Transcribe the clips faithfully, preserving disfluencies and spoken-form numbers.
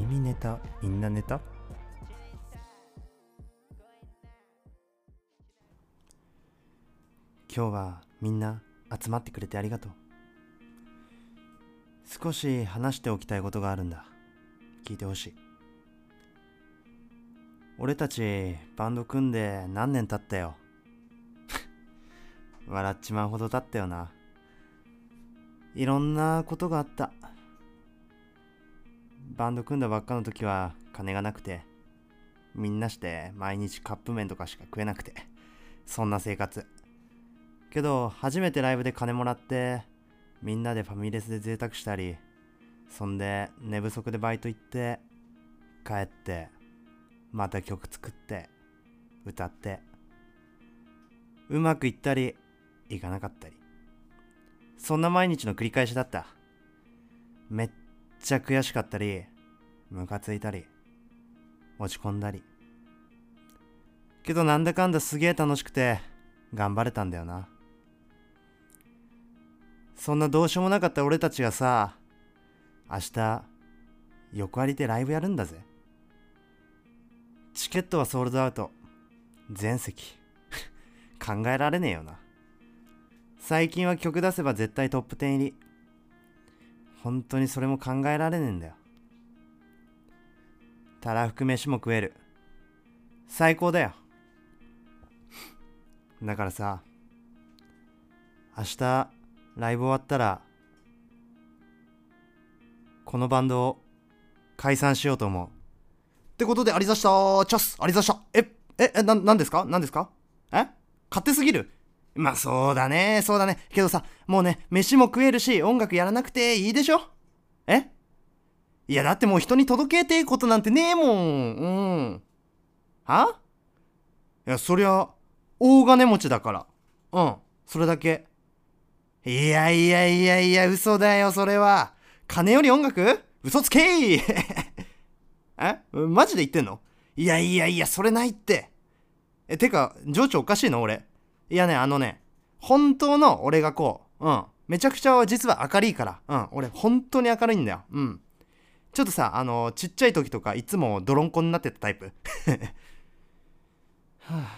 みネタ、みんなネタ。今日はみんな集まってくれてありがとう。少し話しておきたいことがあるんだ。聞いてほしい。俺たちバンド組んで何年経ったよ。笑っちまうほど経ったよな。いろんなことがあった。バンド組んだばっかの時は金がなくて、みんなして毎日カップ麺とかしか食えなくて、そんな生活。けど初めてライブで金もらって、みんなでファミレスで贅沢したり、そんで寝不足でバイト行って帰ってまた曲作って歌って、うまくいったりいかなかったり、そんな毎日の繰り返しだった。めっちゃ悔しかったり、ムカついたり、落ち込んだり。けどなんだかんだすげえ楽しくて頑張れたんだよな。そんなどうしようもなかった俺たちがさ、明日横ありでライブやるんだぜ。チケットはソールドアウト、全席。考えられねえよな。最近は曲出せば絶対トップじゅう入り。本当にそれも考えられねえんだよ。たらふく飯も食える。最高だよ。だからさ、明日ライブ終わったらこのバンドを解散しようと思う。ってことでありざしたー。チャスありざした。えええななんですかなんですかえ勝手すぎる。まあそうだねそうだねけどさ、もうね飯も食えるし音楽やらなくていいでしょ。えいやだってもう人に届けてえことなんてねえもん。うんはいやそりゃ大金持ちだから、うんそれだけ。いやいやいやいや嘘だよそれは。金より音楽嘘つけー。えマジで言ってんの？いやいやいやそれないって。えてか情緒おかしいの俺。いやねあのね本当の俺がこううんめちゃくちゃ実は明るいからうん俺本当に明るいんだよ。うんちょっとさあのちっちゃい時とかいつも泥んこになってたタイプ。はあ、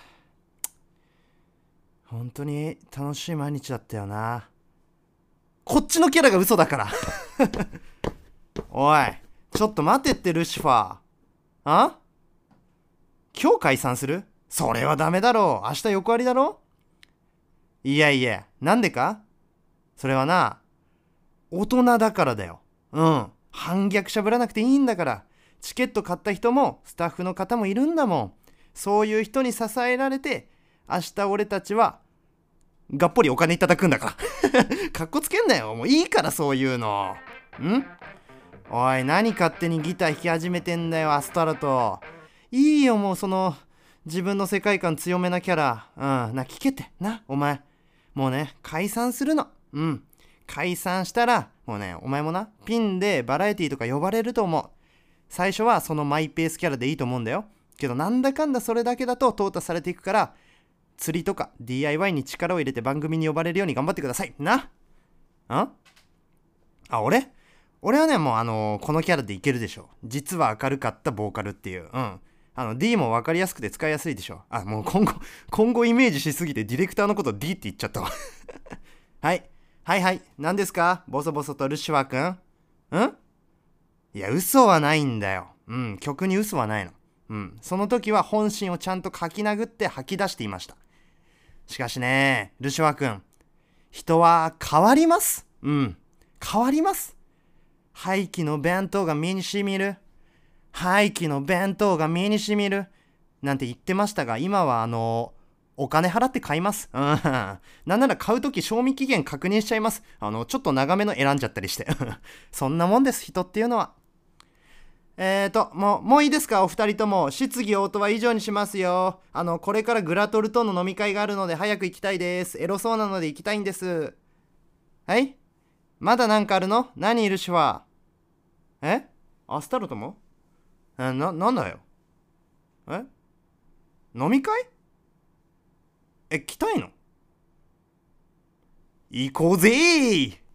本当に楽しい毎日だったよな。こっちのキャラが嘘だから。おいちょっと待てってルシファー。あ今日解散する？それはダメだろう。明日横ありだろ。いやいやなんでか。それはな大人だからだよ。うん反逆しゃぶらなくていいんだから。チケット買った人もスタッフの方もいるんだもん。そういう人に支えられて明日俺たちはがっぽりお金いただくんだから。かっこつけんなよもういいからそういうの。んおい何勝手にギター弾き始めてんだよアスタロト。いいよもうその自分の世界観強めなキャラ。うんな聞けてなお前。もうね解散するの。うん解散したらもうねお前もなピンでバラエティとか呼ばれると思う。最初はそのマイペースキャラでいいと思うんだよ。けどなんだかんだそれだけだと淘汰されていくから、釣りとか ディーアイワイ に力を入れて番組に呼ばれるように頑張ってくださいな。ああ俺俺はねもうあのー、このキャラでいけるでしょ。実は明るかったボーカルっていう。うんあの D も分かりやすくて使いやすいでしょ。あもう今後今後イメージしすぎてディレクターのこと D って言っちゃったわ。はいはいはい何ですかボソボソとルシファーくん。んいや嘘はないんだよ。うん曲に嘘はないの。うんその時は本心をちゃんと書き殴って吐き出していました。しかしねルシファーくん、人は変わります。うん変わります。廃棄の弁当が身にしみる廃棄の弁当が身にしみるなんて言ってましたが、今はあのお金払って買います。うんなんなら買うとき賞味期限確認しちゃいます。あのちょっと長めの選んじゃったりして。そんなもんです人っていうのは。えーともうもういいですかお二人とも。質疑応答は以上にしますよ。あのこれからグラトルとの飲み会があるので早く行きたいです。エロそうなので行きたいんです。はいまだなんかあるの？何いるしは。えアスタロともえな、なんだよ。え飲み会？え来たいの？行こうぜー。